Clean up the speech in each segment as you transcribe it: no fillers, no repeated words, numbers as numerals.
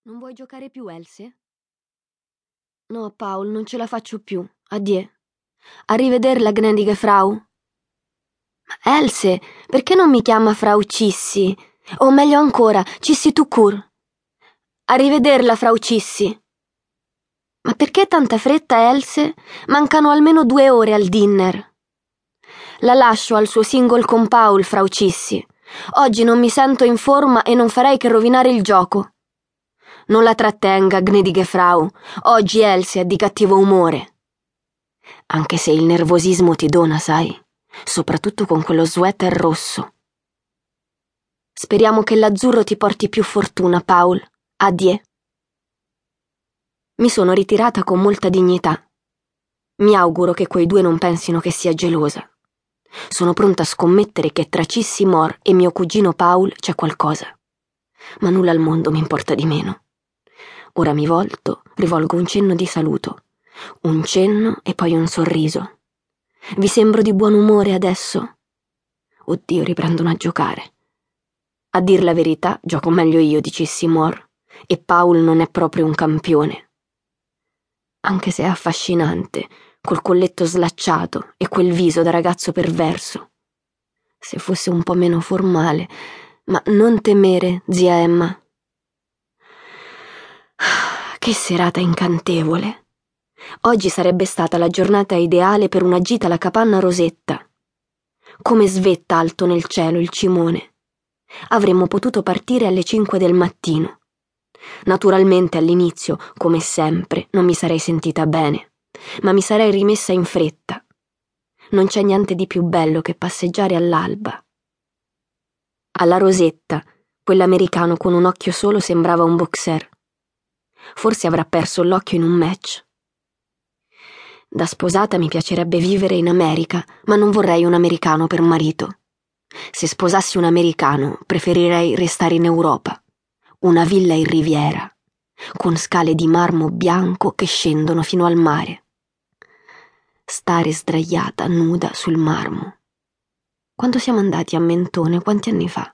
Non vuoi giocare più, Else? No, Paul, non ce la faccio più. Addio. Arrivederla, gnädige Frau. Ma Else, perché non mi chiama Frau Cissi? O meglio ancora, Cissi tout court. Arrivederla, Frau Cissi. Ma perché tanta fretta, Else? Mancano almeno 2 ore al dinner. La lascio al suo single con Paul, Frau Cissi. Oggi non mi sento in forma e non farei che rovinare il gioco. Non la trattenga, gnädige Frau. Oggi Else è di cattivo umore. Anche se il nervosismo ti dona, sai, soprattutto con quello sweater rosso. Speriamo che l'azzurro ti porti più fortuna, Paul. Addio. Mi sono ritirata con molta dignità. Mi auguro che quei 2 non pensino che sia gelosa. Sono pronta a scommettere che tra Cissi Mor e mio cugino Paul c'è qualcosa. Ma nulla al mondo mi importa di meno. Ora mi volto, rivolgo un cenno di saluto. Un cenno e poi un sorriso. Vi sembro di buon umore adesso? Oddio, riprendono a giocare. A dir la verità, gioco meglio io di Cissi Mor, e Paul non è proprio un campione. Anche se è affascinante, col colletto slacciato e quel viso da ragazzo perverso. Se fosse un po' meno formale, ma non temere, zia Emma. Che serata incantevole. Oggi sarebbe stata la giornata ideale per una gita alla capanna Rosetta. Come svetta alto nel cielo il cimone. Avremmo potuto partire alle 5 del mattino. Naturalmente all'inizio, come sempre, non mi sarei sentita bene, ma mi sarei rimessa in fretta. Non c'è niente di più bello che passeggiare all'alba. Alla Rosetta, quell'americano con un occhio solo sembrava un boxer. Forse avrà perso l'occhio in un match. Da sposata mi piacerebbe vivere in America, ma non vorrei un americano per marito. Se sposassi un americano, preferirei restare in Europa. Una villa in riviera, con scale di marmo bianco che scendono fino al mare. Stare sdraiata, nuda, sul marmo. Quando siamo andati a Mentone, quanti anni fa?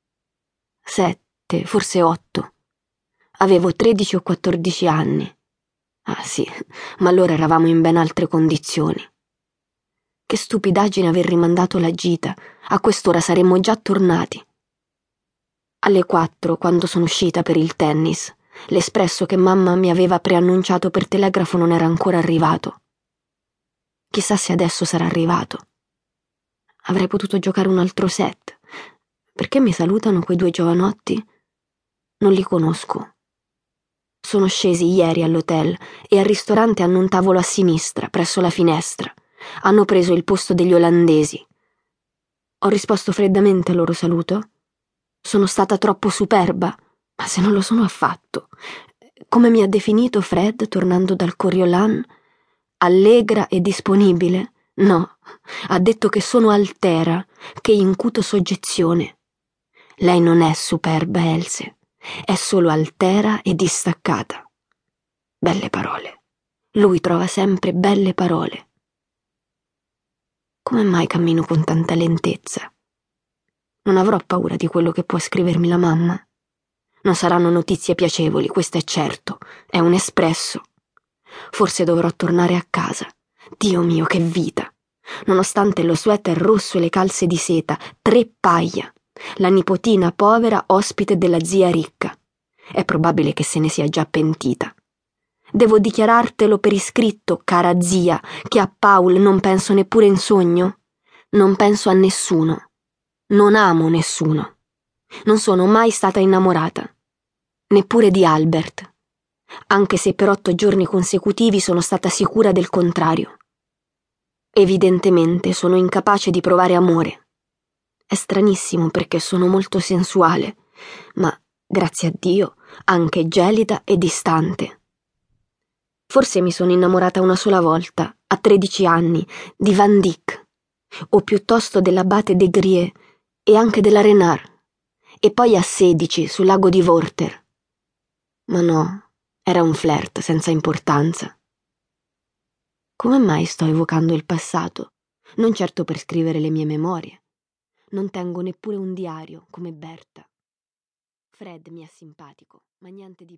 7, forse 8. Avevo 13 o 14 anni. Ah sì, ma allora eravamo in ben altre condizioni. Che stupidaggine aver rimandato la gita. A quest'ora saremmo già tornati. Alle 4, quando sono uscita per il tennis, l'espresso che mamma mi aveva preannunciato per telegrafo non era ancora arrivato. Chissà se adesso sarà arrivato. Avrei potuto giocare un altro set. Perché mi salutano quei 2 giovanotti? Non li conosco. Sono scesi ieri all'hotel e al ristorante hanno un tavolo a sinistra, presso la finestra. Hanno preso il posto degli olandesi. Ho risposto freddamente al loro saluto. Sono stata troppo superba, ma se non lo sono affatto. Come mi ha definito Fred tornando dal Coriolan? Allegra e disponibile? No, ha detto che sono altera, che incuto soggezione. Lei non è superba, Else, è solo altera e distaccata. Belle parole. Lui trova sempre belle parole. Come mai cammino con tanta lentezza? Non avrò paura di quello che può scrivermi la mamma. Non saranno notizie piacevoli, questo è certo. È un espresso. Forse dovrò tornare a casa. Dio mio, che vita! Nonostante lo sweater rosso e le calze di seta, 3 paia. La nipotina povera ospite della zia ricca. È probabile che se ne sia già pentita. Devo dichiarartelo per iscritto, cara zia, che a Paul non penso neppure in sogno? Non penso a nessuno. Non amo nessuno. Non sono mai stata innamorata. Neppure di Albert. Anche se per 8 giorni consecutivi sono stata sicura del contrario. Evidentemente sono incapace di provare amore. È stranissimo perché sono molto sensuale, ma, grazie a Dio, anche gelida e distante. Forse mi sono innamorata una sola volta, a 13 anni, di Van Dyck, o piuttosto dell'abate de Grie e anche della Renard, e poi a 16 sul lago di Vorter. Ma no, era un flirt senza importanza. Come mai sto evocando il passato? Non certo per scrivere le mie memorie. Non tengo neppure un diario come Berta. Fred mi è simpatico, ma niente di